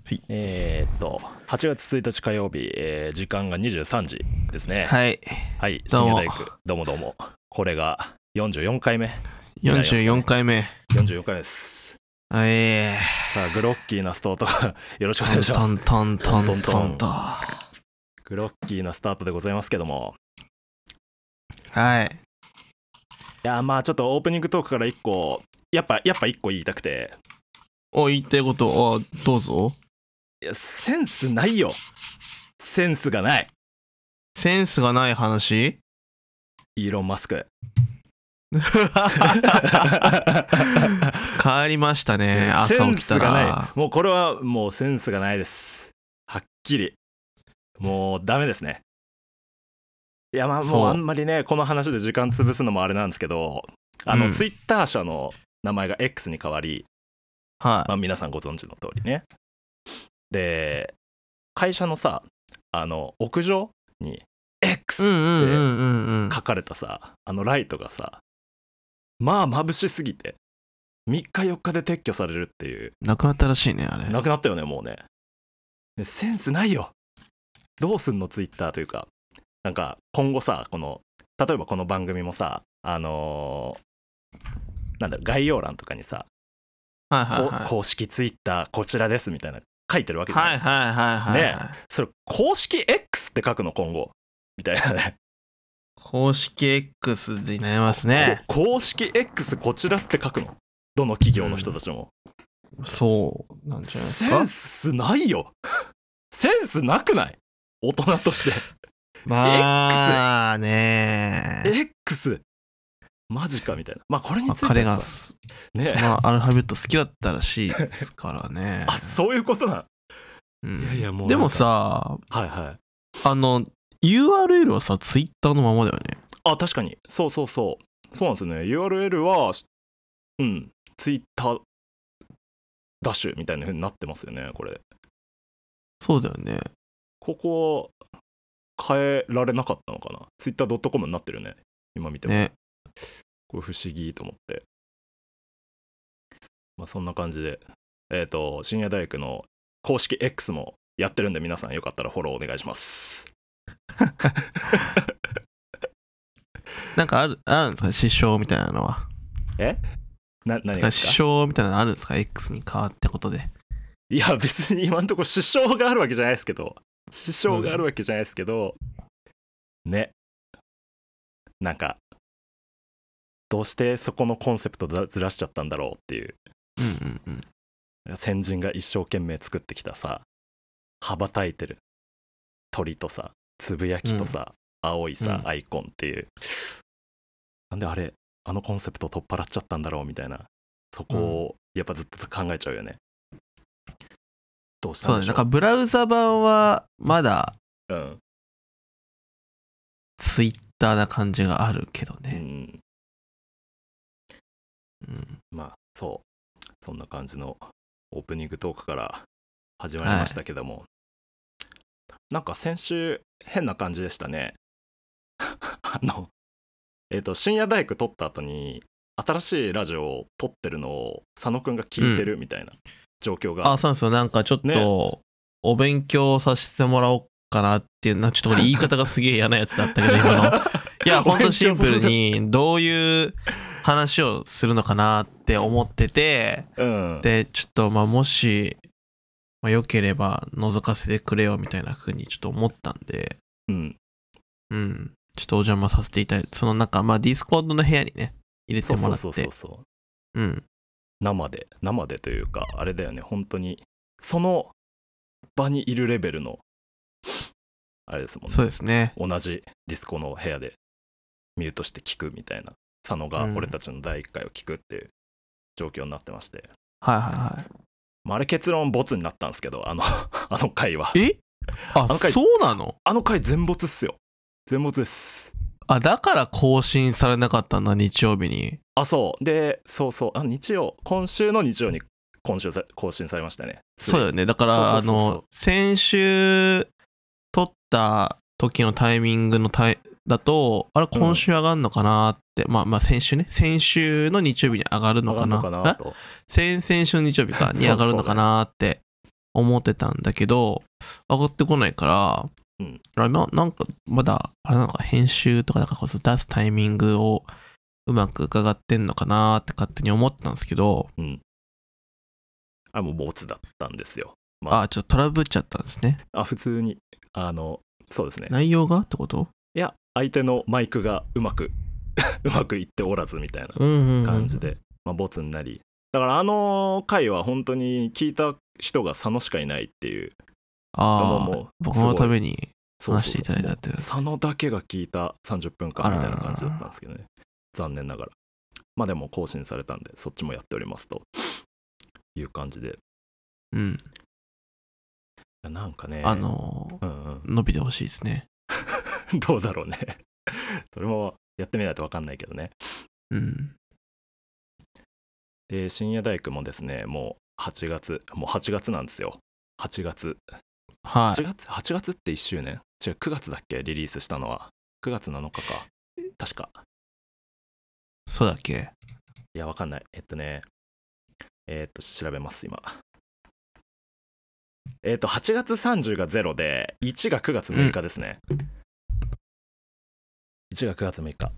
はい。 8月1日火曜日、時間が23時ですね。 はい。 はい、 どうも深夜大工、どうもどうも。これが44回目になりますかね。 44回目。 44回目です。さあ、グロッキーなスタートがよろしくお願いします。 トントントントンと。 グロッキーなスタートでございますけども。 はい。 いや、まあちょっとオープニングトークから1個、やっぱ1個言いたくて。 言いたいことどうぞ。 いや、センスないよ。センスがない。 センスがない話？ イーロン・マスク。 変わりましたね。朝起きたら。 センスがない。もうこれはもうセンスがないです。はっきり。もうダメですね。いや、まあもうあんまりね、この話で時間潰すのもあれなんですけど、ツイッター社の名前が X に変わり、 はい。 まあ皆さんご存知の通りね。で、会社のさ、屋上に X って書かれたさ、ライトがさ、まあ眩しすぎて3日4日で撤去されるっていう。 なくなったらしいね、あれ。 なくなったよね、もうね。でセンスないよ。どうすんのツイッターというか、なんか今後さ、例えばこの番組もさ、なんだろう、概要欄とかにさ、公式ツイッターこちらですみたいな書いてるわけじゃないですか。ね、それ公式 X って書くの今後みたいなね。 公式 X でなりますね。 公式 X こちらって書くの、どの企業の人たちも。 そうなんじゃないですか。 センスないよ。センスなくない？大人として。 まあね X マジかみたいな。まあこれについてはさ、 彼がそのアルファベット好きだったらしいですからね。 あ、そういうことな。いやいや、もうでもさ、 はいはい。 URL はさ、ツイッターのままだよね。 あ、確かに。そうなんですよね。URL はツイッターダッシュみたいな風になってますよね、これ。 そうだよね。 ここ変えられなかったのかな。ツイッター .com になってるね、今見てもね。これ不思議と思って。まあそんな感じで、深夜大工の公式 X もやってるんで、皆さんよかったらフォローお願いします。 なんかあるんですか、支障みたいなのは。 何が支障みたいなのあるんですか、 X に変わってことで。 いや、別に今のところ支障があるわけじゃないですけど、ね、なんかどうしてそこのコンセプトずらしちゃったんだろうっていう。先人が一生懸命作ってきたさ、羽ばたいてる鳥とさ、つぶやきとさ、青いさ、アイコンっていう、なんであのコンセプトを取っ払っちゃったんだろうみたいな、そこをやっぱずっと考えちゃうよね。どうしたんでしょう。そうだね、 なんかブラウザ版はまだツイッターな感じがあるけどね。 まあそんな感じのオープニングトークから始まりましたけども、なんか先週変な感じでしたね。深夜大工撮った後に新しいラジオを撮ってるのを佐野くんが聞いてるみたいな状況が、 そうなんですよ。なんかちょっとお勉強させてもらおうかなっていう、ちょっと言い方がすげえ嫌なやつだったけど、今のいやほんとシンプルにどういう話をするのかなって思ってて、でちょっともし良ければ覗かせてくれよみたいな風にちょっと思ったんで、ちょっとお邪魔させていただいて、そのなんかディスコードの部屋にね入れてもらって、 生でというかあれだよね、本当にその場にいるレベルのあれですもんね。 そうですね。 同じディスコの部屋でミュートして聞くみたいな、佐野が俺たちの第1回を聞くっていう状況になってまして、あれ結論ボツになったんですけど、あの回は。 そうなの？ あの回全没っすよ。全没です。 だから更新されなかったんだ、日曜日に。 そうで、今週の日曜に更新されましたね。 そうだよね。だから先週撮った時のタイミングのだと、今週上がるのかなって、先週の日曜日に上がるのかなと、先々週の日曜日に上がるのかなって思ってたんだけど、上がってこないから、なんかまだなんか編集とかなんかこそ出すタイミングをうまく伺ってんのかなって勝手に思ってたんですけど、 もうボツだったんですよ。 ちょっとトラブっちゃったんですね。 普通にそうですね。 内容がってこと？ いや、相手のマイクがうまくいっておらずみたいな感じで、ボツになり、だから回は本当に聞いた人が佐野しかいないっていう。 もう僕のために話していただいたっていう。 佐野だけが聞いた30分間みたいな感じだったんですけどね。残念ながら。でも更新されたんで、そっちもやっておりますという感じで。なんかね、 伸びてほしいですね。 どうだろうね。それもやってみないと分かんないけどね。で、深夜大工もですね、もう8月なんですよ。8月。8月って1周年？違う、9月だっけ、リリースしたのは。9月7日か。確か。 そうだっけ？ いや、分かんない。調べます、今。8月30が0で、1が9月6日ですね。1が9月6日。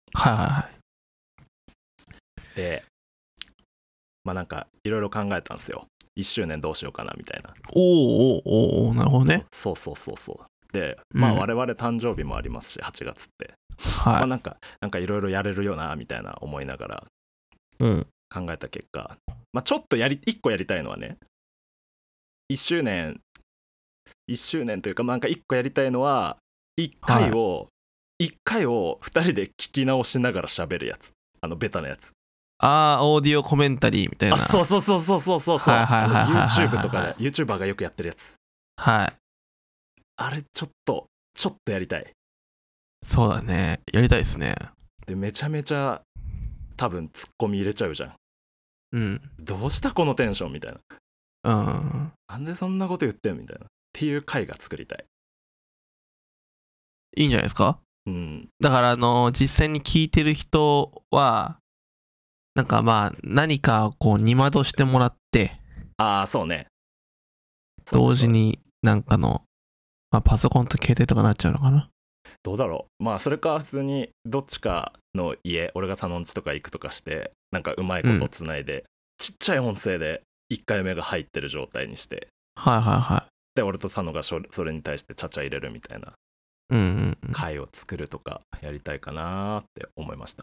で、なんかいろいろ考えたんですよ。1周年どうしようかなみたいな。 なるほどね。 そう。で、我々誕生日もありますし、8月って。なんかいろいろやれるよなみたいな思いながら考えた結果、ちょっと1個やりたいのはね、1周年というか、なんか1個やりたいのは、1回を2人で聞き直しながら喋るやつ。ベタなやつ。 オーディオコメンタリーみたいな。 そう。YouTube とかで YouTuber がよくやってるやつ。あれちょっとやりたい。 そうだね、やりたいですね。 で、めちゃめちゃ多分ツッコミ入れちゃうじゃん。どうしたこのテンションみたいな。なんでそんなこと言ってんみたいなっていう回が作りたい。 いいんじゃないですか。だから実際に聞いてる人はなんか何かこう二窓してもらって、 そうね。 同時になんかの、パソコンと携帯とかなっちゃうのかな。 どうだろう。それか普通にどっちかの家、俺が佐野ん家とか行くとかして、なんかうまいことつないで、ちっちゃい音声で1回目が入ってる状態にして、で俺と佐野がそれに対してちゃちゃ入れるみたいな回を作るとかやりたいかなって思いました。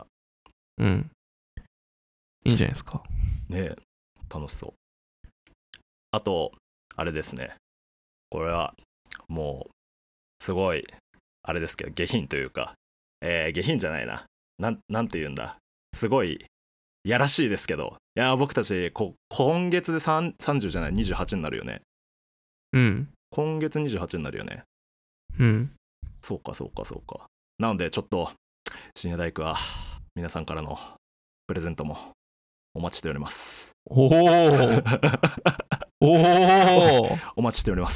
いいんじゃないですかね。楽しそう。あとあれですね、これはもうすごいあれですけど、下品というか、下品じゃないな、なんて言うんだ、すごいやらしいですけど、いや僕たち今月で30じゃない、28になるよね。今月28になるよね。そうか。なのでちょっと深夜大工は皆さんからのプレゼントもお待ちしております。お待ちしております。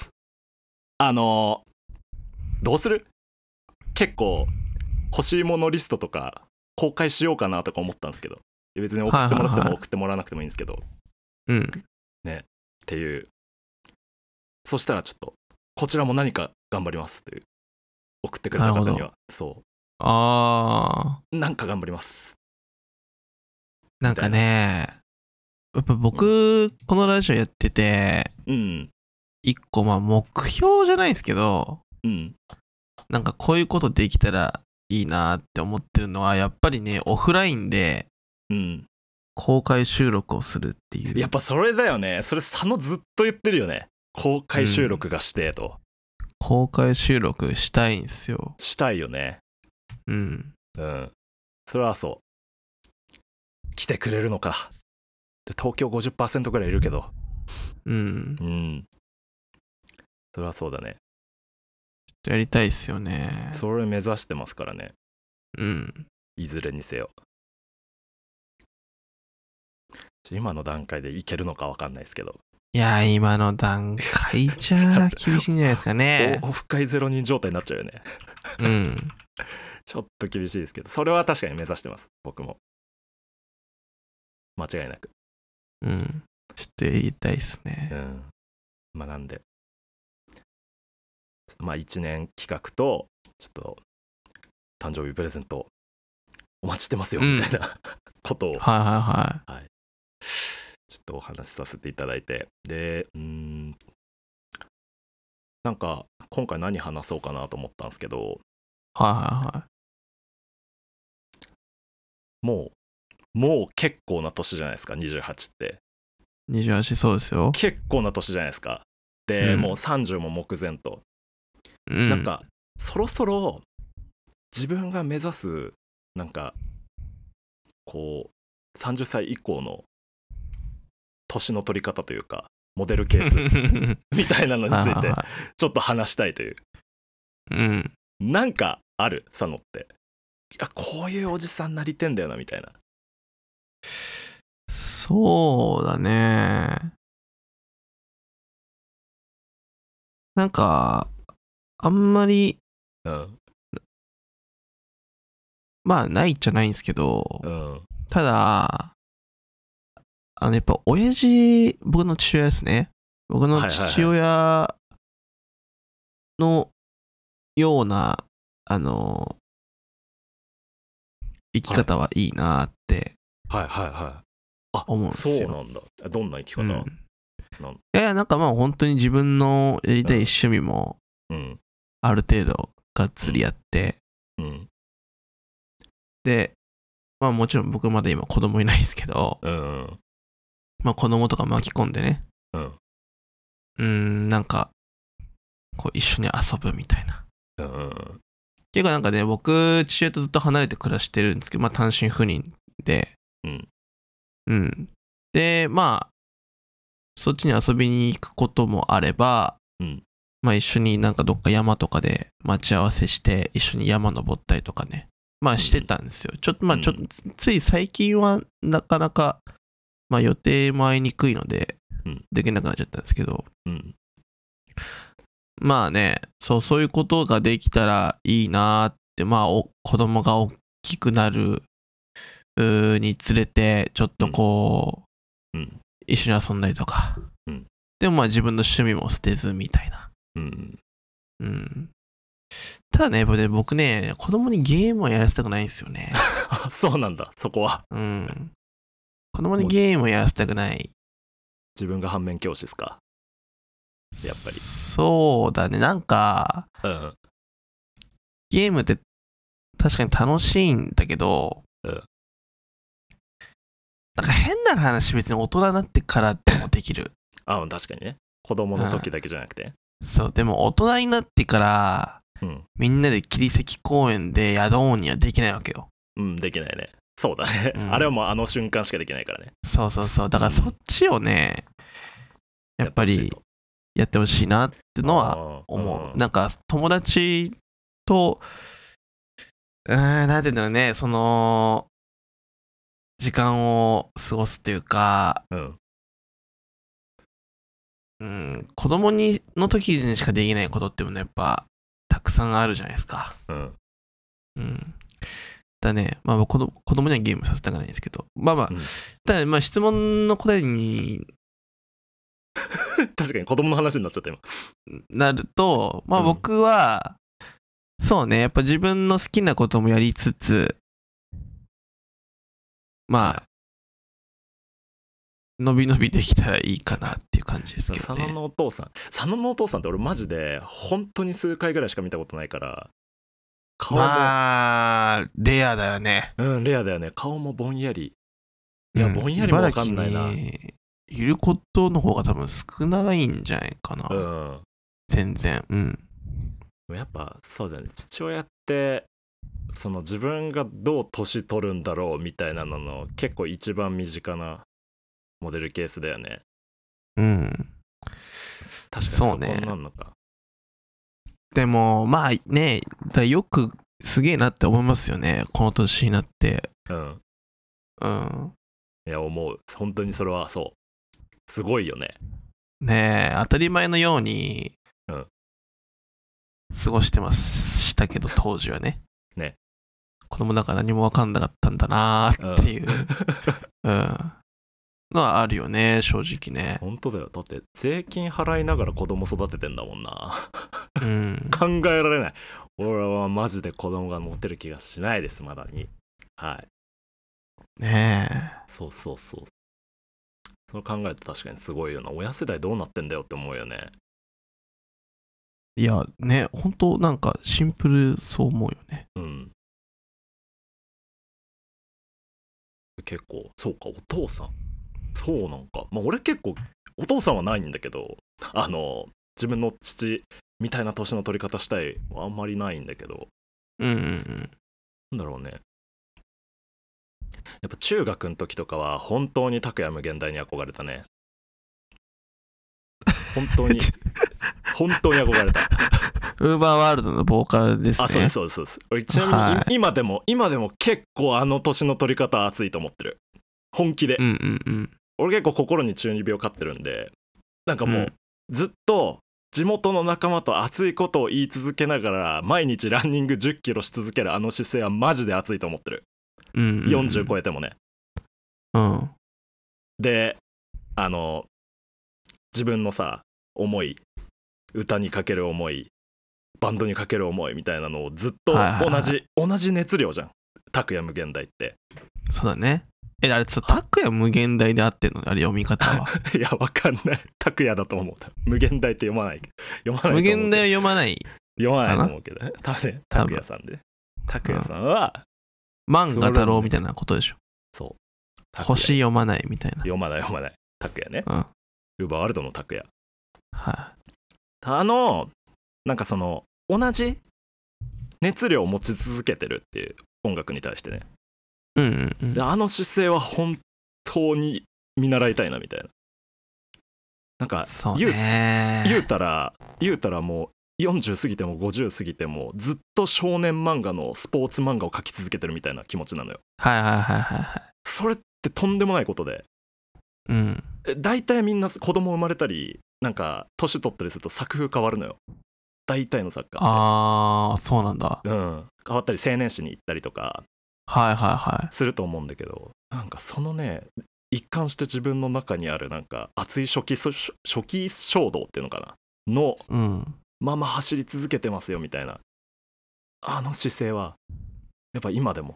どうする？結構欲しいものリストとか公開しようかなとか思ったんですけど、別に送ってもらっても送ってもらわなくてもいいんですけど、ねっていう。そしたらちょっとこちらも何か頑張りますっていう、送ってくれた方には。なんか頑張ります。 なんかね、やっぱ僕、このラジオやってて、一個目標じゃないですけど、なんかこういうことできたらいいなって思ってるのは、やっぱりね、オフラインで公開収録をするっていう。 やっぱそれだよね。それ佐野ずっと言ってるよね。公開収録がしてと。 公開収録したいんすよ。 したいよね。それはそう。来てくれるのか。で、東京 50% ぐらいいるけど。それはそうだね。 ちょっとやりたいっすよね。 それ目指してますからね。いずれにせよ。今の段階でいけるのか分かんないですけど。 いや、今の段階じゃ厳しいんじゃないですかね。 オフ会0人状態になっちゃうよね。ちょっと厳しいですけど、それは確かに目指してます、僕も。間違いなく。 ちょっとやりたいっすね。 まあなんでちょっとまあ1年企画とちょっと誕生日プレゼントお待ちしてますよみたいな、ことを、 はいはいはい。 ちょっとお話しさせていただいて、でなんか今回何話そうかなと思ったんですけど、 はいはいはい。 もう結構な年じゃないですか、28って。 28、そうですよ。 結構な年じゃないですか。で、もう30も目前と、なんかそろそろ自分が目指すなんかこう30歳以降の年の取り方というかモデルケースみたいなのについてちょっと話したいという。なんかある佐野って、いやこういうおじさんになりてんだよなみたいな。 そうだね。なんかあんまり、まあないっちゃないんですけど、ただやっぱ僕の父親ですね。僕の父親のような生き方はいいなって思うんですよ。 そうなんだ。どんな生き方？ いやなんかまあ本当に自分のやりたい趣味もある程度がっつりやって、でまあもちろん僕まだ今子供いないですけど、まあ子供とか巻き込んでね、なんかこう一緒に遊ぶみたいな。結構なんかね、僕父親とずっと離れて暮らしてるんですけど、まあ単身赴任で、でまあそっちに遊びに行くこともあれば、まあ一緒になんかどっか山とかで待ち合わせして一緒に山登ったりとかね、まあしてたんですよ。ちょっとつい最近はなかなかまあ予定も合いにくいのでできなくなっちゃったんですけど、まあね、そういうことができたらいいなって、まあ子供が大きくなるにつれてちょっとこう、一緒に遊んだりとか、でもまあ自分の趣味も捨てずみたいな。ただね、やっぱね、僕ね、子供にゲームはやらせたくないんですよね。 そうなんだ、そこは。 子供にゲームをやらせたくない。 自分が反面教師ですか、やっぱり。 そうだね、なんか、ゲームって確かに楽しいんだけど、なんか変な話、別に大人になってからでもできる。 確かにね、子供の時だけじゃなくて。 そう、でも大人になってから、みんなで桐石公園で宿おうにはできないわけよ。 できないね。そうだね。あれはもうあの瞬間しかできないからね。 そう。だからそっちをね、やっぱりやってほしいなってのは思う。なんか友達と、なんていうんだろうね、その、時間を過ごすというか、子供の時にしかできないことってもね、やっぱたくさんあるじゃないですか。だね、まあ子供にはゲームさせたくないんですけど、まあ、ただまあ質問の答えに確かに子供の話になっちゃった今。 なると、まあ僕は、そうね、やっぱ自分の好きなこともやりつつ、まあ、のびのびできたらいいかなっていう感じですけどね。 佐野のお父さんって俺マジで本当に数回ぐらいしか見たことないから、 顔もまあレアだよね。 レアだよね。顔もぼんやり。いや、ぼんやりも分かんないな。 いることの方が多分少ないんじゃないかな。全然。 やっぱそうだよね。父親ってその自分がどう年取るんだろうみたいなのの結構一番身近なモデルケースだよね。確かにそこになるのか。 でもまあね、よくすげえなって思いますよね、この年になって。 いや思う。本当にそれはそう。すごいよね。 ねえ、当たり前のように過ごしてましたけど、当時はね。子供だから何も分かんなかったんだなーっていう。 のはあるよね、正直ね。 本当だよ。だって税金払いながら子供育ててんだもんな。 うん。 考えられない。俺はマジで子供が持てる気がしないです、まだに。はい。 ねえ。 そうそうそう。そう考えると確かにすごいよな。親世代どうなってんだよって思うよね。 いや、ね、本当なんかシンプルそう思うよね。 うん。結構、そうか、お父さん。そうなんか。まあ俺結構、お父さんはないんだけど、自分の父みたいな年の取り方したいはあんまりないんだけど、 うんうんうん。 なんだろうね。やっぱ中学の時とかは本当に拓哉無限大に憧れたね。本当に本当に憧れた。 ウーバーワールドのボーカルですね。 あ、そうですそうですそうです。俺ちなみに、 はい、 今でも結構あの年の取り方熱いと思ってる。本気で。 うんうんうん。 俺結構心に中二病飼ってるんで、なんかもう、 うん、 ずっと地元の仲間と熱いことを言い続けながら毎日ランニング10キロし続けるあの姿勢はマジで熱いと思ってる。 うんうんうん、 40超えてもね。 うん。 で、自分のさ、思い、歌にかける思い、バンドにかける思いみたいなのをずっとはいはいはい、 同じ熱量じゃん、拓哉無限大って。 そうだね。あれ、拓哉無限大で合ってんのあれ読み方は。 いや、わかんない。拓哉だと思う。無限大って読まないと思うけど。 無限大は読まない読まないとかな。 思うけどね。多分ね、拓哉さんで。拓哉さんは、 万画太郎みたいなことでしょ。 そう。 星読まないみたいな。 読まない。拓哉ね。 うん。 ウーバーワールドの拓哉。 はい、 なんかその、同じ熱量を持ち続けてるっていう音楽に対してね。 うんうんうん。 で、あの姿勢は本当に見習いたいなみたいな。なんか言うたらもう40過ぎても50過ぎてもずっと少年漫画のスポーツ漫画を描き続けてるみたいな気持ちなのよ。 はいはいはいはいはい。 それってとんでもないことで、 うん。 大体みんな子供生まれたりなんか年取ったりすると作風変わるのよ。大体の作家って。 あー、そうなんだ。 うん、変わったり青年誌に行ったりとかはいはいはい。 すると思うんだけど、なんかそのね、一貫して自分の中にあるなんか熱い初期衝動っていうのかなのうん。 まま走り続けてますよみたいなあの姿勢はやっぱ今でも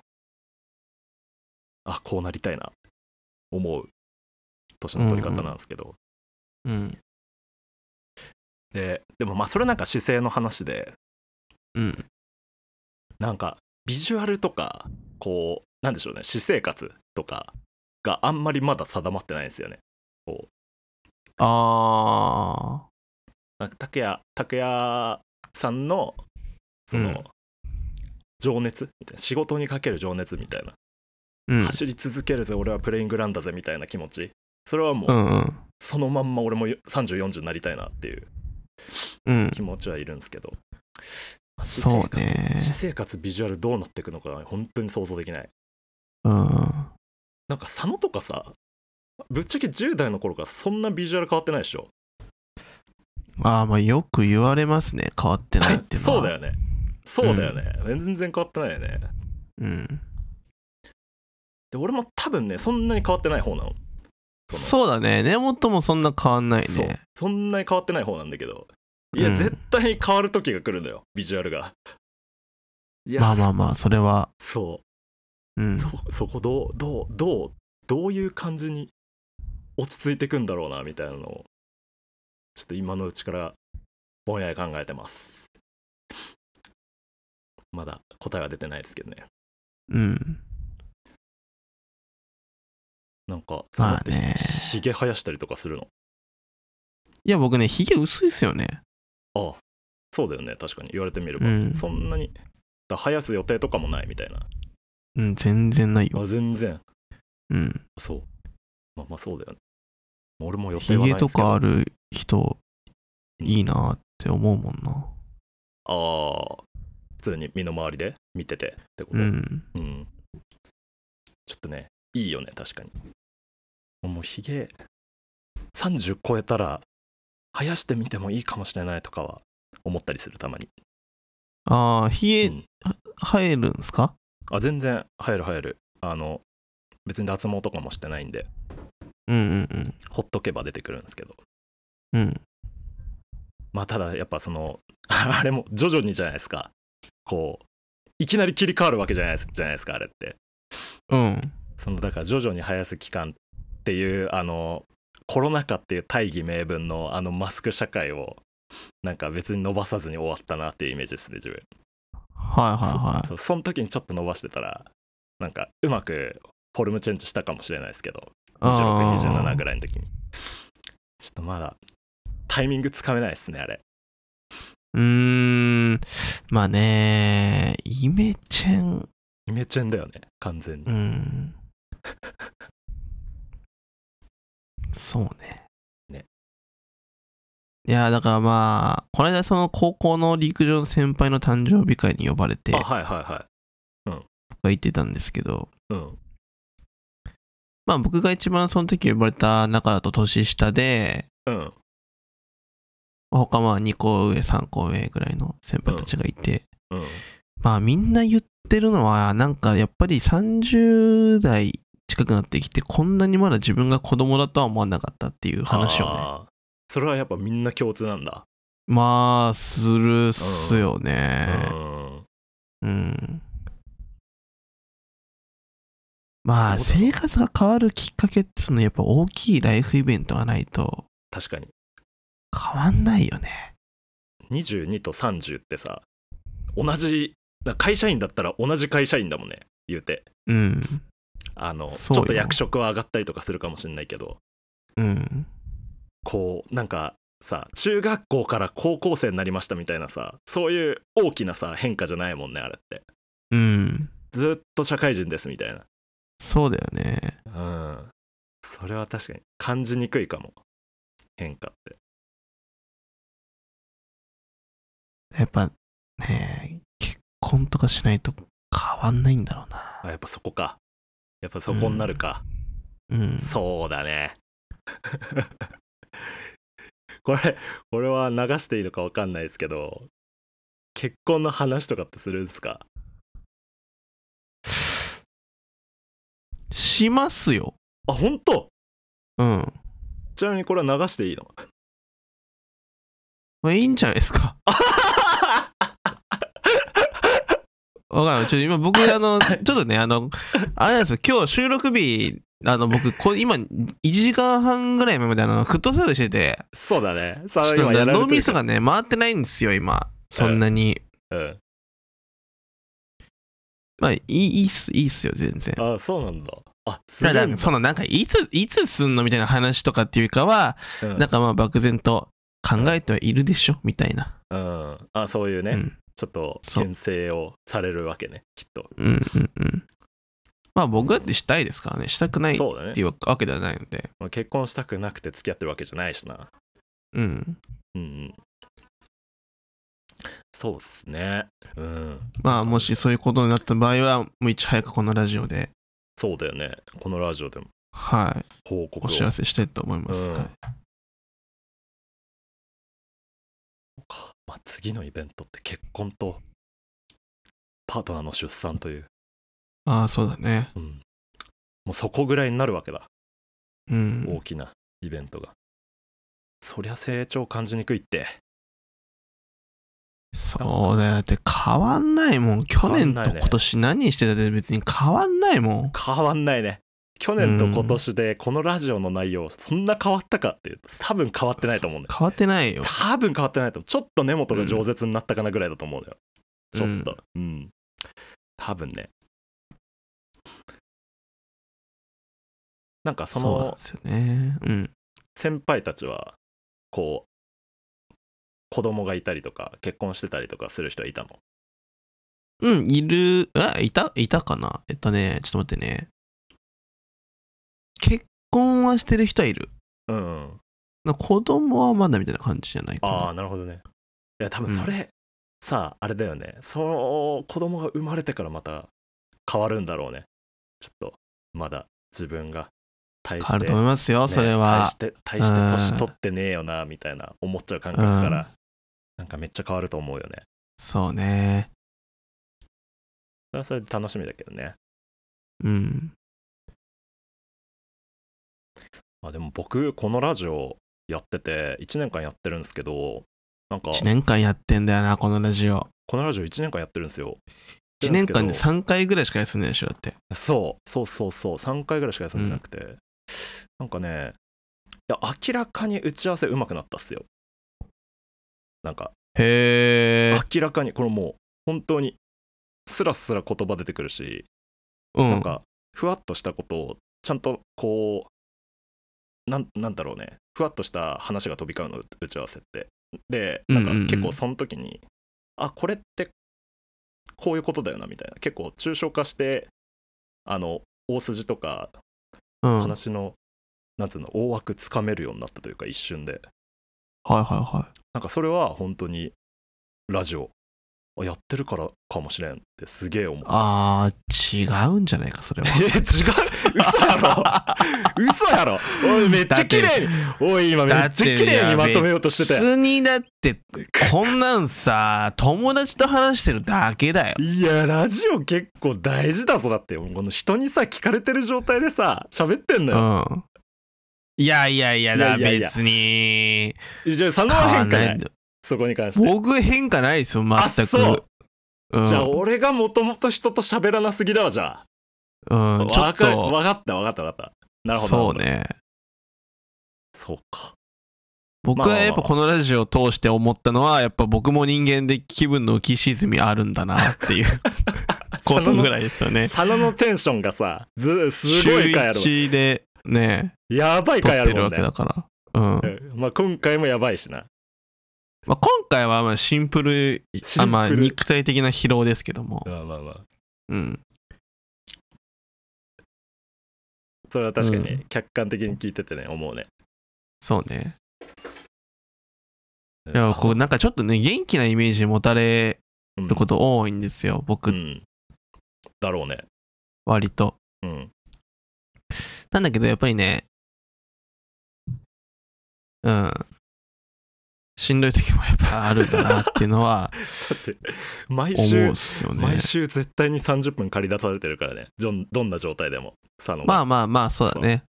こうなりたいな思う年の取り方なんですけど、 うん。 でもまあそれなんか姿勢の話で、 うん。 なんかビジュアルとかこうなんでしょうね、私生活とかがあんまりまだ定まってないんですよね。こうあなんか拓哉さんのその、情熱みたいな、仕事にかける情熱みたいな、 うん。 走り続けるぜ俺はプレイングランだぜみたいな気持ち、それはもう、 うんうん。 そのまんま俺も3040になりたいなっていううん。 気持ちはいるんですけど、 そうね。 私生活ビジュアルどうなっていくのか本当に想像できない。 うん。 なんか佐野とかさ、ぶっちゃけ10代の頃からそんなビジュアル変わってないでしょ。 まあよく言われますね、変わってないっていうのは。 そうだよね、そうだよね、全然変わってないよね。 うん。 で俺も多分ねそんなに変わってない方なの。 そうだね、根元もそんな変わんないね。 そんなに変わってない方なんだけど、いや、絶対に変わる時が来るんだよビジュアルが。いやまあそれはそう、 うん、 そこどういう感じに落ち着いてくんだろうなみたいなのをちょっと今のうちからぼんやり考えてます。まだ答えは出てないですけどね。 うん。 なんかそのってひげ生やしたりとかするの？ いや僕ね、ひげ薄いっすよね。 ああ、そうだよね、確かに言われてみれば、そんなに生やす予定とかもないみたいな。 うん、全然ないよ。 全然。 うん。 そう。まあそうだよね。俺も予定はないですけど。ひげとかある人いいなって思うもんな。 普通に身の回りで見ててってこと。ちょっとね、いいよね、確かに。もうひげ30超えたら生やしてみてもいいかもしれないとかは思ったりする、たまに。ひげ、 生えるんすか？ 全然生える。別に脱毛とかもしてないんで。 うんうんうん。 ほっとけば出てくるんですけど、 うん。 まあただやっぱそのあれも徐々にじゃないですか、こういきなり切り替わるわけじゃないですか、あれって。 うん。 そのだから徐々に生やす期間っていうコロナ禍っていう大義名分のマスク社会をなんか別に伸ばさずに終わったなっていうイメージですね、自分。 はいはいはい。 その時にちょっと伸ばしてたらなんかうまくフォルムチェンジしたかもしれないですけど、2627ぐらいの時にちょっとまだタイミングつかめないですね、あれ。 まあね、イメチェン。 イメチェンだよね、完全に。 そうね。 ね。 いや、だからまあ、この間その高校の陸上の先輩の誕生日会に呼ばれて、 はいはいはい。 僕が行ってたんですけど、 うん。 まあ僕が一番その時呼ばれた中だと年下で、 うん。 他まあ2個上、3個上ぐらいの先輩たちがいて、 うん。 まあみんな言ってるのは、なんかやっぱり30代近くなってきて、こんなにまだ自分が子供だとは思わなかったっていう話をね。 それはやっぱみんな共通なんだ。 まあ、するっすよね。うん。まあ、生活が変わるきっかけって、そのやっぱ大きいライフイベントがないと、 確かに。 変わんないよね。 22と30ってさ、同じ、会社員だったら同じ会社員だもんね、言うて。 うん。 ちょっと役職は上がったりとかするかもしれないけど、 うん。 こう、なんかさ、中学校から高校生になりましたみたいなさ、そういう大きなさ、変化じゃないもんね、あれって。 うん。 ずっと社会人ですみたいな。 そうだよね。 うん。それは確かに感じにくいかも、変化って。 やっぱね、結婚とかしないと変わんないんだろうな。 やっぱそこか。やっぱそこになるか。 うん。 そうだね。これ、これは流していいのか分かんないですけど、結婚の話とかってするんですか？ しますよ。 あ、本当？ うん。 ちなみにこれは流していいの？ まあいいんじゃないですか。わかんない。今僕、ちょっとね、あれなんですよ、今日収録日、僕、今、1時間半ぐらい前までフットサルしてて、 そうだね。 ちょっと脳みそがね、回ってないんですよ、今。そんなに。 うん。 まあ、いいっすよ、全然。 あ、そうなんだ。あ、すげえんだ。 その、なんか、いつすんのみたいな話とかっていうかは、なんかまあ、漠然と考えてはいるでしょ、みたいな。 うん。あ、そういうね。ちょっと牽制をされるわけね、きっと。 うんうんうん。まあ僕だってしたいですからね。したくないっていうわけではないので。 結婚したくなくて付き合ってるわけじゃないしな。 うん。 うんうん。そうですね。うん。 まあもしそういうことになった場合は、もういち早くこのラジオで。 そうだよね。このラジオでも。 はい。 報告をお知らせしたいと思います。はい。 まあ、次のイベントって結婚とパートナーの出産という。 ああ、そうだね。 うん。もうそこぐらいになるわけだ。 うん。 大きなイベントが。そりゃ成長感じにくいって。 そうだよ。だって変わんないもん。去年と今年何してたって別に変わんないもん。 変わんないね。去年と今年でこのラジオの内容そんな変わったかっていうと多分変わってないと思うんだよ。 変わってないよ。 多分変わってないと思う。ちょっと根元が饒舌になったかなぐらいだと思うんだよ。ちょっと。うん。多分ね。なんかその先輩たちはこう子供がいたりとか結婚してたりとかする人はいたの？ うん、いたかな。ちょっと待ってね。結婚はしてる人はいる。 うん。 子供はまだみたいな感じじゃないかな。 ああ、なるほどね。いや、多分それ、さあ、あれだよね。その子供が生まれてからまた変わるんだろうね。ちょっと、まだ自分が変わると思いますよ、それは。 大して年取ってねえよな、みたいな思っちゃう感覚から、なんかめっちゃ変わると思うよね。 そうね。 それはそれで楽しみだけどね。 うん。 でも僕このラジオやってて1年間やってるんですけど、なんか 1年間やってんだよなこのラジオ。 このラジオ1年間やってるんですよ。 1年間で3回ぐらいしか休んでないでしょだって。 そう3回ぐらいしか休んでなくて、なんかね、いや明らかに打ち合わせ上手くなったっすよ。なんかへー、 明らかにこれもう本当にスラスラ言葉出てくるし、 うんなんかふわっとしたことをちゃんとこうなんだろうね、ふわっとした話が飛び交うの打ち合わせって。でなんか結構その時に、あこれってこういうことだよなみたいな、結構抽象化して大筋とか話の、なんつうの大枠つかめるようになったというか、一瞬で。 はいはいはい。 なんかそれは本当にラジオやってるからかもしれんってすげえ思う。 違うんじゃないかそれは。 違う、嘘やろ嘘やろ。おいめっちゃ綺麗に、おい今めっちゃ綺麗にまとめようとしてて。 普通にだってこんなんさ友達と話してるだけだよ。 いやラジオ結構大事だぞ。だってこの人にさ聞かれてる状態でさ喋ってんのよ。 いや別に。 じゃあ佐野は変化ないそこに関して。 僕変化ないですよ全く。 そう、じゃあ俺がもともと人と喋らなすぎだわ。じゃあちょっと分かったなるほど。 そうね。 そうか。 僕はやっぱこのラジオを通して思ったのはやっぱ僕も人間で気分の浮き沈みあるんだなっていうことぐらいですよね。 佐野のテンションがさすごい回あるわ。 週1でねやばい回あるもんね。 撮ってるわけだから。 まあ今回もやばいしな。 まあ、今回はまあシンプルまあ肉体的な疲労ですけども。 それは確かに客観的に聞いててね、思うね。 そうね。いやこうなんかちょっとね元気なイメージ持たれること多いんですよ、僕、 だろうね割と。なんだけどやっぱりねしんどい時もやっぱあるんだなっていうのはだって毎週思うっすよね。 毎週絶対に30分借り出されてるからね、どんな状態でも。 まあそうだね。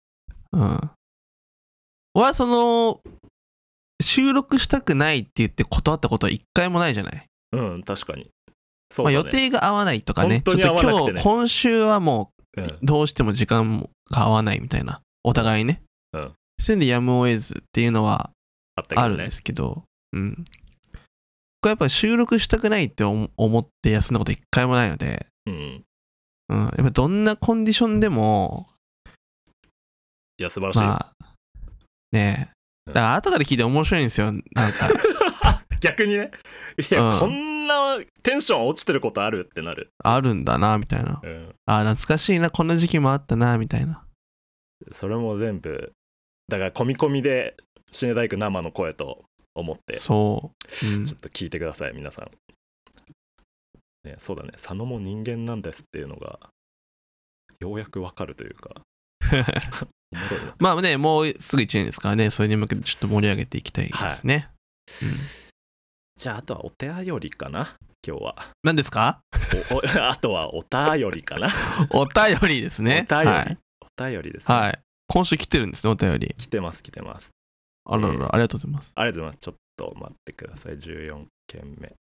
俺はその収録したくないって言って断ったことは一回もないじゃない。 確かにそうだね。 予定が合わないとかね、 ちょっと今週はもうどうしても時間が合わないみたいな、お互いね、そういうのでやむを得ずっていうのはあるんですけど、これやっぱ収録したくないって思って休んだこと一回もないので、やっぱどんなコンディションでも、 いや素晴らしい。 まあねえ、だから後から聞いて面白いんですよ、なんか逆にね。いや、こんなテンション落ちてることあるってなる。 あるんだなみたいな。懐かしいな、こんな時期もあったなみたいな。 それも全部だから込み込みでシネ大工生の声と思って、 そう、 ちょっと聞いてください皆さん、ね。そうだね、佐野も人間なんですっていうのがようやくわかるというかおもろいな。 まあね、もうすぐ1年ですからね、それに向けてちょっと盛り上げていきたいですね。 じゃああとはお便りかな今日は。 何ですかあとはお便りかなお便りですね。 お便りですね。 はい。今週来てるんですね、お便り。 来てます。 あらら、ありがとうございます。 ありがとうございます。ちょっと待ってください。14件目。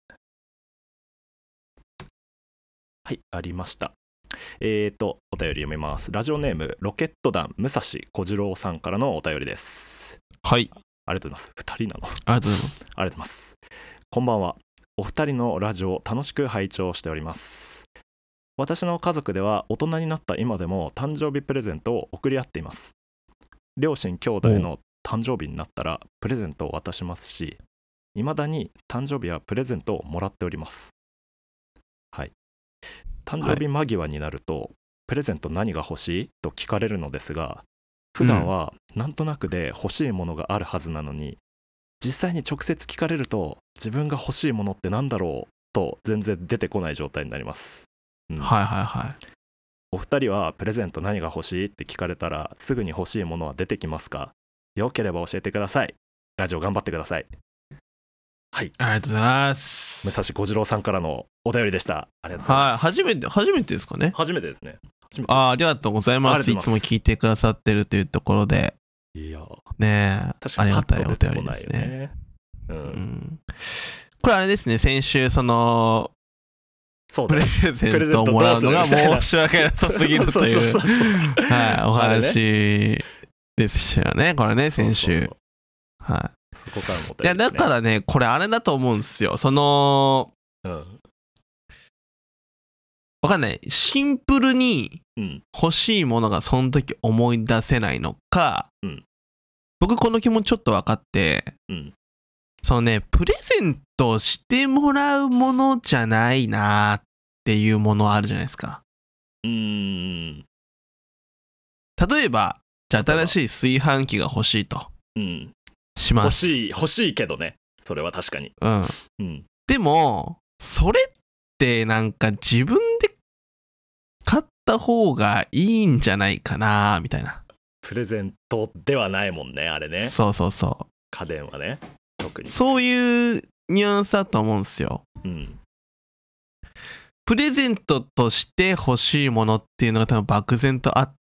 はい、ありました。お便り読みます。ラジオネームロケット団武蔵小次郎さんからのお便りです。 はい、 ありがとうございます。2人なの。 ありがとうございます。 ありがとうございます。こんばんは。お二人のラジオを楽しく拝聴しております。私の家族では大人になった今でも誕生日プレゼントを送り合っています。両親兄弟の誕生日になったらプレゼントを渡しますし、未だに誕生日はプレゼントをもらっております。はい。誕生日間際になると、プレゼント何が欲しいと聞かれるのですが、普段はなんとなくで欲しいものがあるはずなのに、実際に直接聞かれると自分が欲しいものってなんだろうと全然出てこない状態になります。お二人はプレゼント何が欲しいって聞かれたらすぐに欲しいものは出てきますか？よければ教えてください。ラジオ頑張ってください。はい、 ありがとうございます。 武蔵小次郎さんからのお便りでした。ありがとうございます。 初めてですかね。 初めてですね。 ありがとうございます。いつも聞いてくださってるというところで。 いやねえ、 確かにありがたいおパッと出て便りですこないよね。 ね。 うん、 これあれですね、先週そのプレそうだね。 ゼントをもらうのが申し訳なさすぎるというそうはいおあれね話でしたよね、これね、先週。 そうそうはそこからもい。いやだからね、これあれだと思うんですよ。そのうんわかんない。シンプルにうん欲しいものがその時思い出せないのか、 うん僕この気持ちちょっと分かって、 うんそのね、プレゼントしてもらうものじゃないなっていうものあるじゃないですか。 うん例えば、じゃあ新しい炊飯器が欲しいとうんします。 欲しいけどね、それは確かに。 うん。 うんでも、それってなんか自分で買った方がいいんじゃないかなみたいな。 プレゼントではないもんね、あれね。 そうそうそう。 家電はね、特に。 そういうニュアンスだと思うんですよ。 うんプレゼントとして欲しいものっていうのが多分漠然とあって、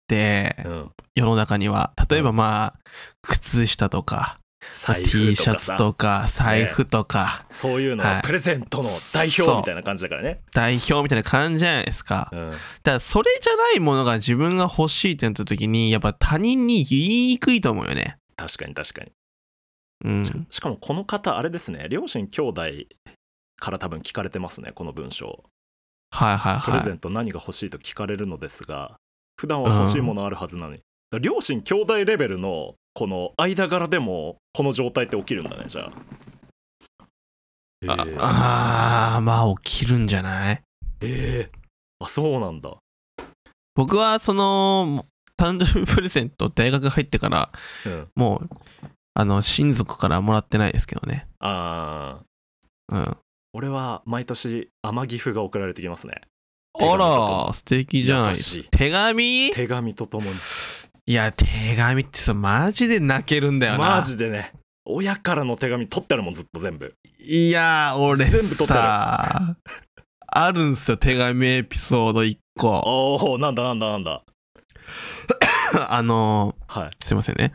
うん世の中には例えばまあ靴下とか財布 T とかさシャツとか財布とか、 そういうのはいはプレゼントの代表みたいな感じだからね。 代表みたいな感じじゃないですか。 うんだからそれじゃないものが自分が欲しいってなった時にやっぱ他人に言いにくいと思うよね。 確かに確かに。 うん。 しかもこの方あれですね、両親兄弟から多分聞かれてますね、この文章。 はいはいプレゼはい。 ント何が欲しいと聞かれるのですが、普段は欲しいものあるはずなのに、だから両親兄弟レベルのこの間柄でもこの状態って起きるんだね、じゃあ。 まあ起きるんじゃない？ あ、そうなんだ。 僕はその誕生日プレゼント大学入ってからうんもう親族からもらってないですけどね。 あーうん。 俺は毎年天城府が送られてきますね。 あら素敵じゃないですか。手紙？ 手紙とともに。 いや手紙ってさマジで泣けるんだよな。 マジでね、親からの手紙取ってあるもん、ずっと全部。 いや俺全部取ってさあるんすよ手紙エピソード1個。 おお、なんだはいすいませんね。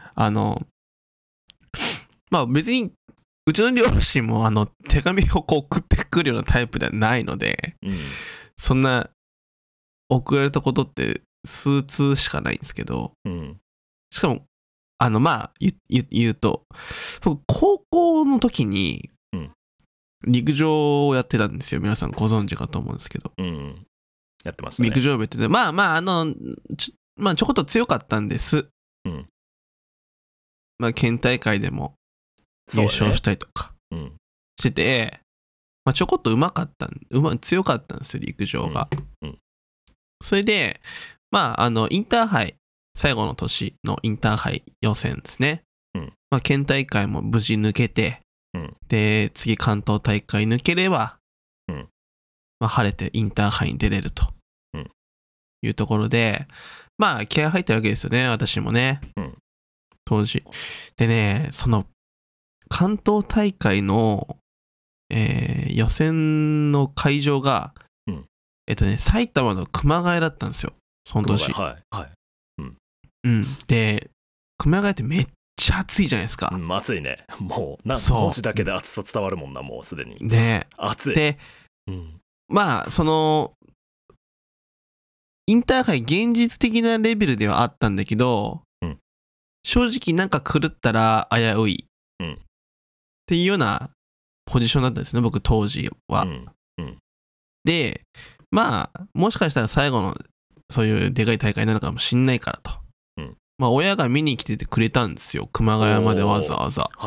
まあ別にうちの両親も手紙をこう送ってくるようなタイプではないので、 うんそんな送られたことって数通しかないんですけど、 うんしかもまあ言うと僕高校の時にうん陸上をやってたんですよ。皆さんご存知かと思うんですけど、 うんやってましたね。 陸上部ってね、まあちょこっと強かったんです。 うんまあ県大会でも優勝したりとかうんしてて、まあ、ちょこっと強かったんですよ陸上が、 うんそれでまあインターハイ最後の年のインターハイ予選ですね、 うんまあ、県大会も無事抜けて、 うんで次関東大会抜ければ、 うんまあ、晴れてインターハイに出れるというところで、まあ気合入ってるわけですよね、私もね、当時でね、その関東大会の、予選の会場が、埼玉の熊谷だったんですよ、その年。 はいはい。 で熊谷ってめっちゃ暑いじゃないですか。 暑いね。もう文字だけで暑さ伝わるもんな、もうすでに。 で暑い。 で、まあそのインターハイ現実的なレベルではあったんだけど、正直なんか狂ったら危うい、っていうようなポジションだったんですね、僕当時は。でまあもしかしたら最後のそういうでかい大会なのかもしんないからと、まあ親が見に来ててくれたんですよ、熊谷までわざわざ。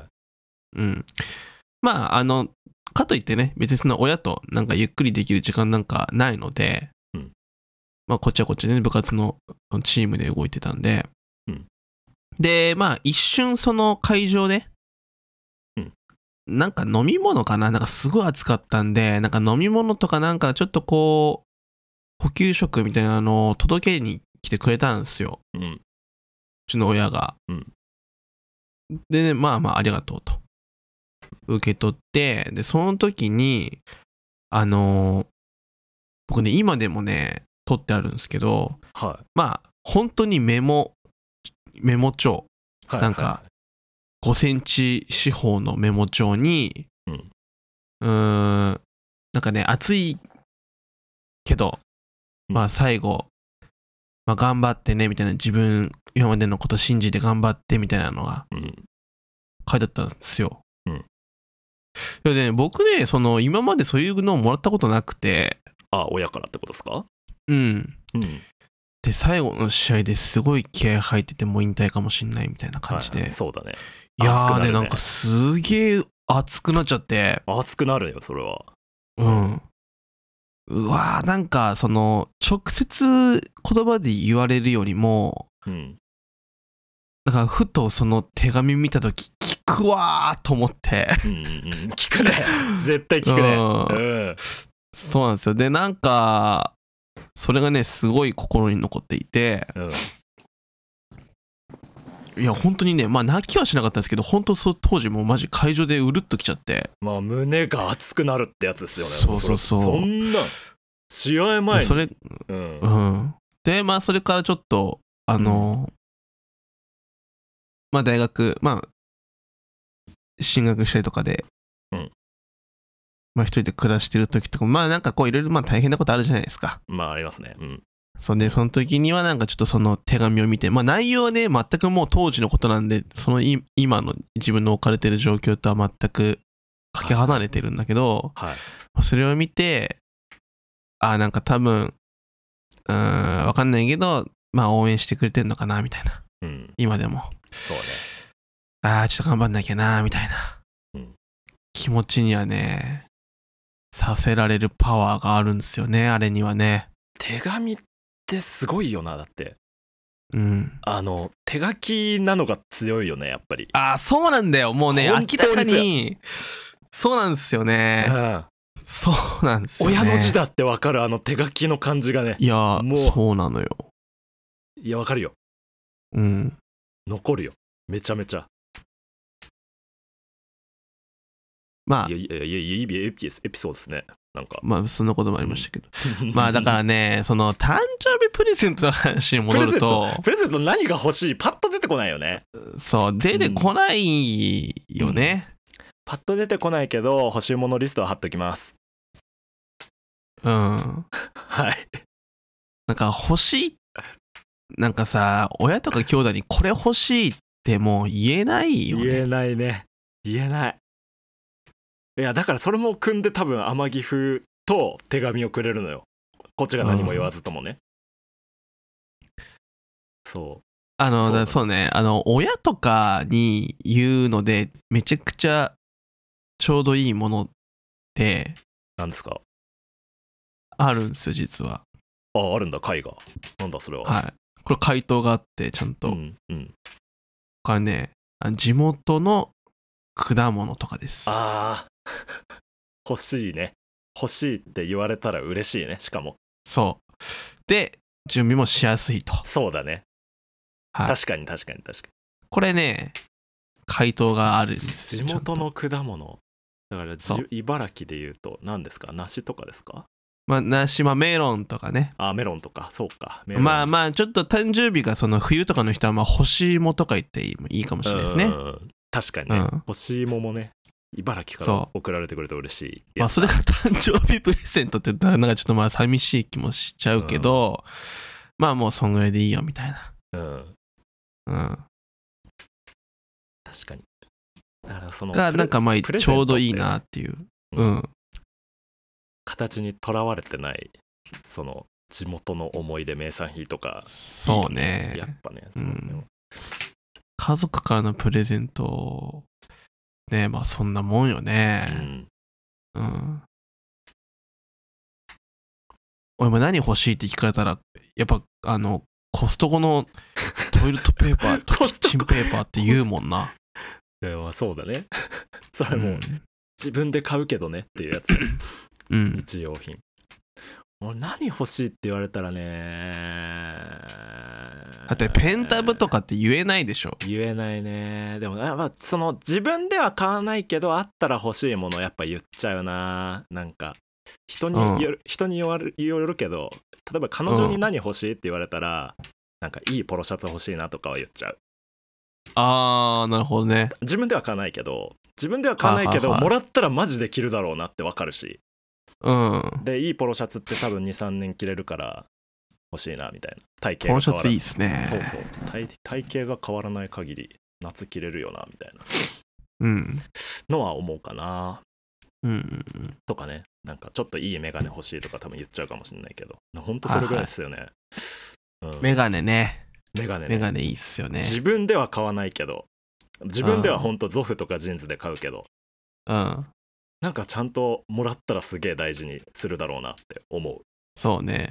まあかといってね、別にその親となんかゆっくりできる時間なんかないので、まあこっちはこっちでね、部活のチームで動いてたんで、でまあ一瞬その会場で、なんか飲み物かな、なんかすごい暑かったんで、なんか飲み物とかなんかちょっとこう補給食みたいなのを届けに来てくれたんですよ、うちの親が。でね、まあありがとうと受け取って、でその時に僕ね今でもね取ってあるんですけど、まあ本当にメモ帳はい、 なんか5センチ四方のメモ帳に、なんかね、暑いけど、まあ最後、まあ頑張ってねみたいな、自分今までのこと信じて頑張ってみたいなのが書いてあったんですよ。でね、僕ね、その今までそういうのをもらったことなくて。 あ、親からってことですか？ で、最後の試合ですごい気合入ってて、もう引退かもしんないみたいな感じで。 そうだね。 いやーね、なんかすげえ熱くなっちゃって。 熱くなるよ、それは。 うわー、なんかその直接言葉で言われるよりも、だからふとその手紙見た時聞くわーと思って。 聞くね。絶対聞くね。 そうなんですよ。で、なんかそれがねすごい心に残っていて、いや本当にね、まあ泣きはしなかったんですけど、本当当時もうマジ会場でうるっときちゃって。 まあ胸が熱くなるってやつですよね。 そうそんな試合前にそれ、でまあそれからちょっとまあ大学、まあ進学したりとかで、まあ一人で暮らしてる時とか、まあなんかこういろいろまあ大変なことあるじゃないですか。 まあありますね。 その時にはなんかちょっとその手紙を見て、まあ内容はね全くもう当時のことなんで、その今の自分の置かれてる状況とは全くかけ離れてるんだけど、それを見て、なんか多分わかんないけど、まあ応援してくれてんのかなみたいな、今でもそうね。 ちょっと頑張んなきゃなみたいな、気持ちにはねさせられるパワーがあるんですよね、あれにはね。 手紙ってすごいよな。だって手書きなのが強いよね、やっぱり。 そうなんだよ。もうね、明らかにそうなんですよね。そうなんですよね。 親の字だって分かる、手書きの感じがね。 いやもうそうなのよ。 いや分かるよ。残るよ、めちゃめちゃ。 まあいいエピソードですね。なんかまあそんなこともありましたけど、まあだからね、その誕生日プレゼントの話に戻ると、 プレゼント何が欲しい、パッと出てこないよね。 そう出てこないよね。 パッと出てこないけど欲しいものリストは貼っときます。 はい。なんか欲しい、なんかさ、親とか兄弟にこれ欲しいってもう言えないよね。 言えないね。言えない。いやだからそれも組んで多分天城風と手紙をくれるのよ、こっちが何も言わずともね。 そうね、親とかに言うのでめちゃくちゃちょうどいいものって何ですか？ あるんですよ実は。 あるんだ、絵画。なんだそれは。 はい、これ回答があってちゃんと。これね、地元の果物とかです。 欲しいね。欲しいって言われたら嬉しいね。しかもそうで準備もしやすいと。 そうだね、確かに。 これね回答があるんですよ。 地元の果物だから茨城で言うと何ですか？梨とかですか？ まあ梨、メロンとかね。 メロンとか。そうか。 まあちょっと誕生日がその冬とかの人はまあ干し芋とか言っていいかもしれないですね。 確かにね、干し芋もね、茨城から送られてくると嬉しい。 それが誕生日プレゼントって言ったらなんかちょっとまあ寂しい気もしちゃうけど、まあもうそんぐらいでいいよみたいな。 確かに。だからそのがなんかまあちょうどいいなっていう、 形にとらわれてないその地元の思い出名産品とか。 そうね、 やっぱね、 家族からのプレゼントね、まあそんなもんよね。俺も何欲しいって聞かれたらやっぱコストコのトイレットペーパーとキッチンペーパーって言うもんな。 いやそうだね。それもう自分で買うけどねっていうやつ。日用品。俺何欲しいって言われたらね、 だってペンタブとかって言えないでしょ。 言えないね。でもその自分では買わないけどあったら欲しいものやっぱ言っちゃうな。なんか人によるけど、例えば彼女に何欲しいって言われたら、なんかいいポロシャツ欲しいなとかは言っちゃう。 なるほどね。 自分では買わないけどもらったらマジで着るだろうなってわかるし、でいいポロシャツって多分 2,3 年着れるから欲しいなみたいな。体型が変わらない。ポロシャツいいっすね。そうそう、体型が変わらない限り夏着れるよなみたいなのは思うかな。とかね、なんかちょっといいメガネ欲しいとか多分言っちゃうかもしれないけど、ほんとそれぐらいですよね。メガネね。メガネいいっすよね。自分では買わないけど、自分ではほんとゾフとかジーンズで買うけど、なんかちゃんともらったらすげえ大事にするだろうなって思う。そうね。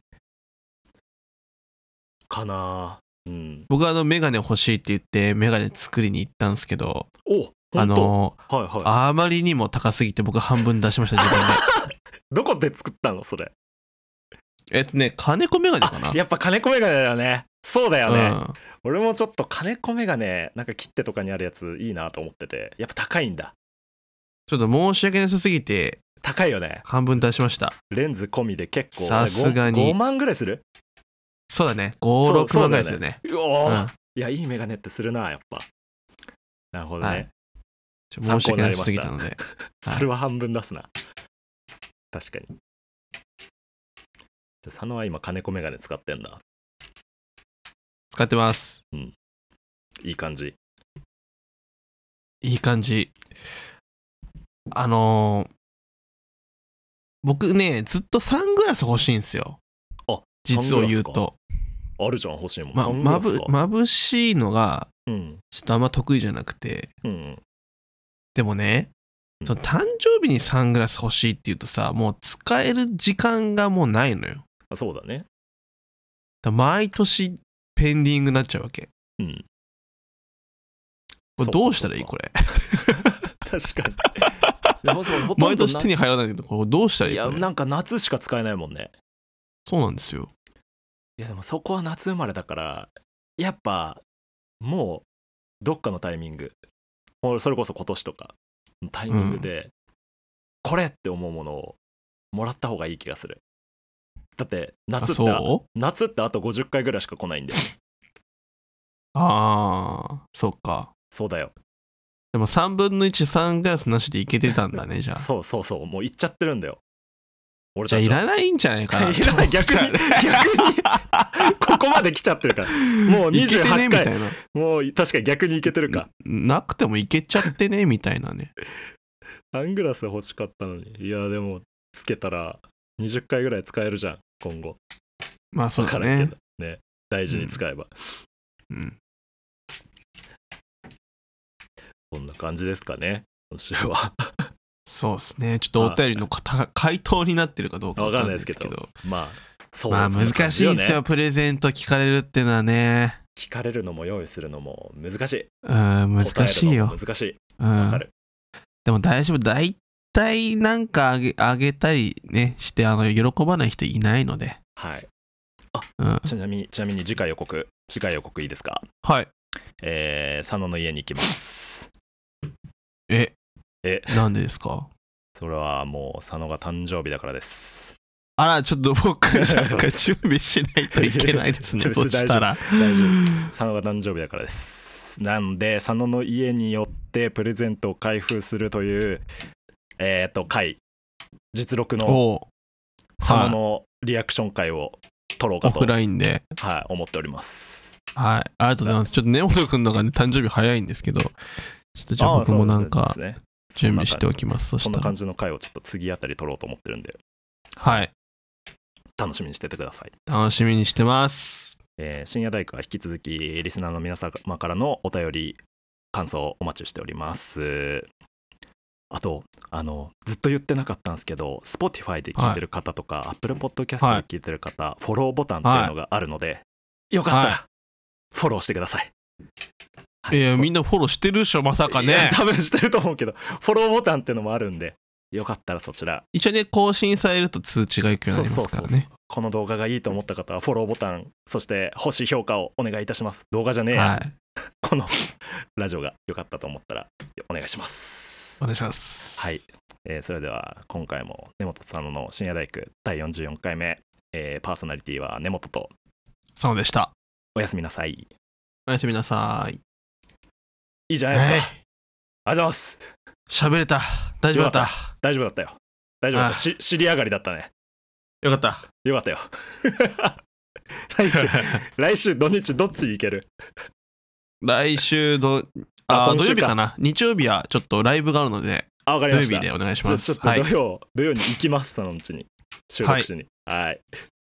かな。僕はメガネ欲しいって言ってメガネ作りに行ったんですけど、あまりにも高すぎて僕半分出しました、自分で。どこで作ったのそれ？金子メガネかな。やっぱ金子メガネだよね。そうだよね。俺もちょっと金子メガネなんか切手とかにあるやついいなと思ってて、やっぱ高いんだ。ちょっと申し訳なさすぎて高いよね。半分出しました。レンズ込みで結構さすがに5万ぐらいする。そうだね、5、6万ぐらいですよね。いや、いいメガネってするな、やっぱ。なるほどね。申し訳なさすぎたので。それは半分出すな。確かに。じゃあ佐野は今金子メガネ使ってんだ。使ってます。いい感じ。いい感じ。僕ね、ずっとサングラス欲しいんですよ。実を言うと。あるじゃん、欲しいもん。眩しいのがちょっとあんま得意じゃなくて、でもね、その誕生日にサングラス欲しいって言うとさ、もう使える時間がもうないのよ。そうだね。毎年ペンディングになっちゃうわけ。これどうしたらいいこれ。確かに。毎年手に入らないけど、これどうしたらいい？いや、なんか夏しか使えないもんね。そうなんですよ。いやでもそこは夏生まれだから、やっぱもうどっかのタイミング、それこそ今年とかのタイミングで、これって思うものをもらった方がいい気がする。だって夏ってあと50回ぐらいしか来ないんで。そうか。そうだよ。でも3分の1サングラスなしでいけてたんだね。じゃあそうもういっちゃってるんだよ。俺じゃあいらないんじゃないかな。いらない。逆にここまで来ちゃってるから、もう28回、ね、みたいな。もう確かに逆にいけてるか。なくてもいけちゃってねみたいなね。サングラス欲しかったのに。いやでもつけたら20回ぐらい使えるじゃん今後。まあそうだね。ね、大事に使えば。こんな感じですかね今週は。そうですね。ちょっとお便りの回答になってるかどうかわかんないですけど、まあそうですね。難しいですよ、プレゼント聞かれるっていうのはね。聞かれるのも用意するのも難しい。難しいよ。難しい。わかる。でも大丈夫。大体なんかあげたりねして喜ばない人いないので。はい。ちなみに次回予告いいですか？はい。佐野の家に行きます。なんでですか？それはもう佐野が誕生日だからです。あら、ちょっと僕なんか準備しないといけないですね。そしたら大丈夫です。佐野が誕生日だからです。なんで佐野の家によってプレゼントを開封するという回、実録の佐野のリアクション会を撮ろうかと、オフラインで、思っております。はい、ありがとうございます。ちょっと根本くんのがね誕生日早いんですけど、ちょっとじゃあ僕もなんか準備しておきます。そんな感じの回をちょっと次あたり撮ろうと思ってるんで、はい、楽しみにしててください。楽しみにしてます。深夜大工は引き続きリスナーの皆様からのお便り感想をお待ちしております。あとずっと言ってなかったんですけど Spotify で聞いてる方とか、Apple Podcast で聞いてる方、フォローボタンっていうのがあるので、よかったらフォローしてください。いやみんなフォローしてるっしょ、まさかね。多分してると思うけど、フォローボタンっていうのもあるんで、よかったらそちら一応ね更新されると通知がいくようになりますからね。この動画がいいと思った方はフォローボタン、そして星評価をお願いいたします。動画じゃねえや、このラジオが良かったと思ったらお願いします。お願いします。はい、それでは今回も根本さんの深夜大工第44回目、パーソナリティは根本と佐野でした。おやすみなさい。おやすみなさい。 いいじゃないですか、 はいありがとうございます。 喋れた。大丈夫だった。 大丈夫だったよ。大丈夫だった。尻上がりだったね。 よかった。 よかったよ。来週土日どっち行ける？ 来週土曜日かな。日曜日はちょっとライブがあるので、 わかりました。 土曜日でお願いします。 ちょっと土曜に行きます、そのうちに収録しに。はい。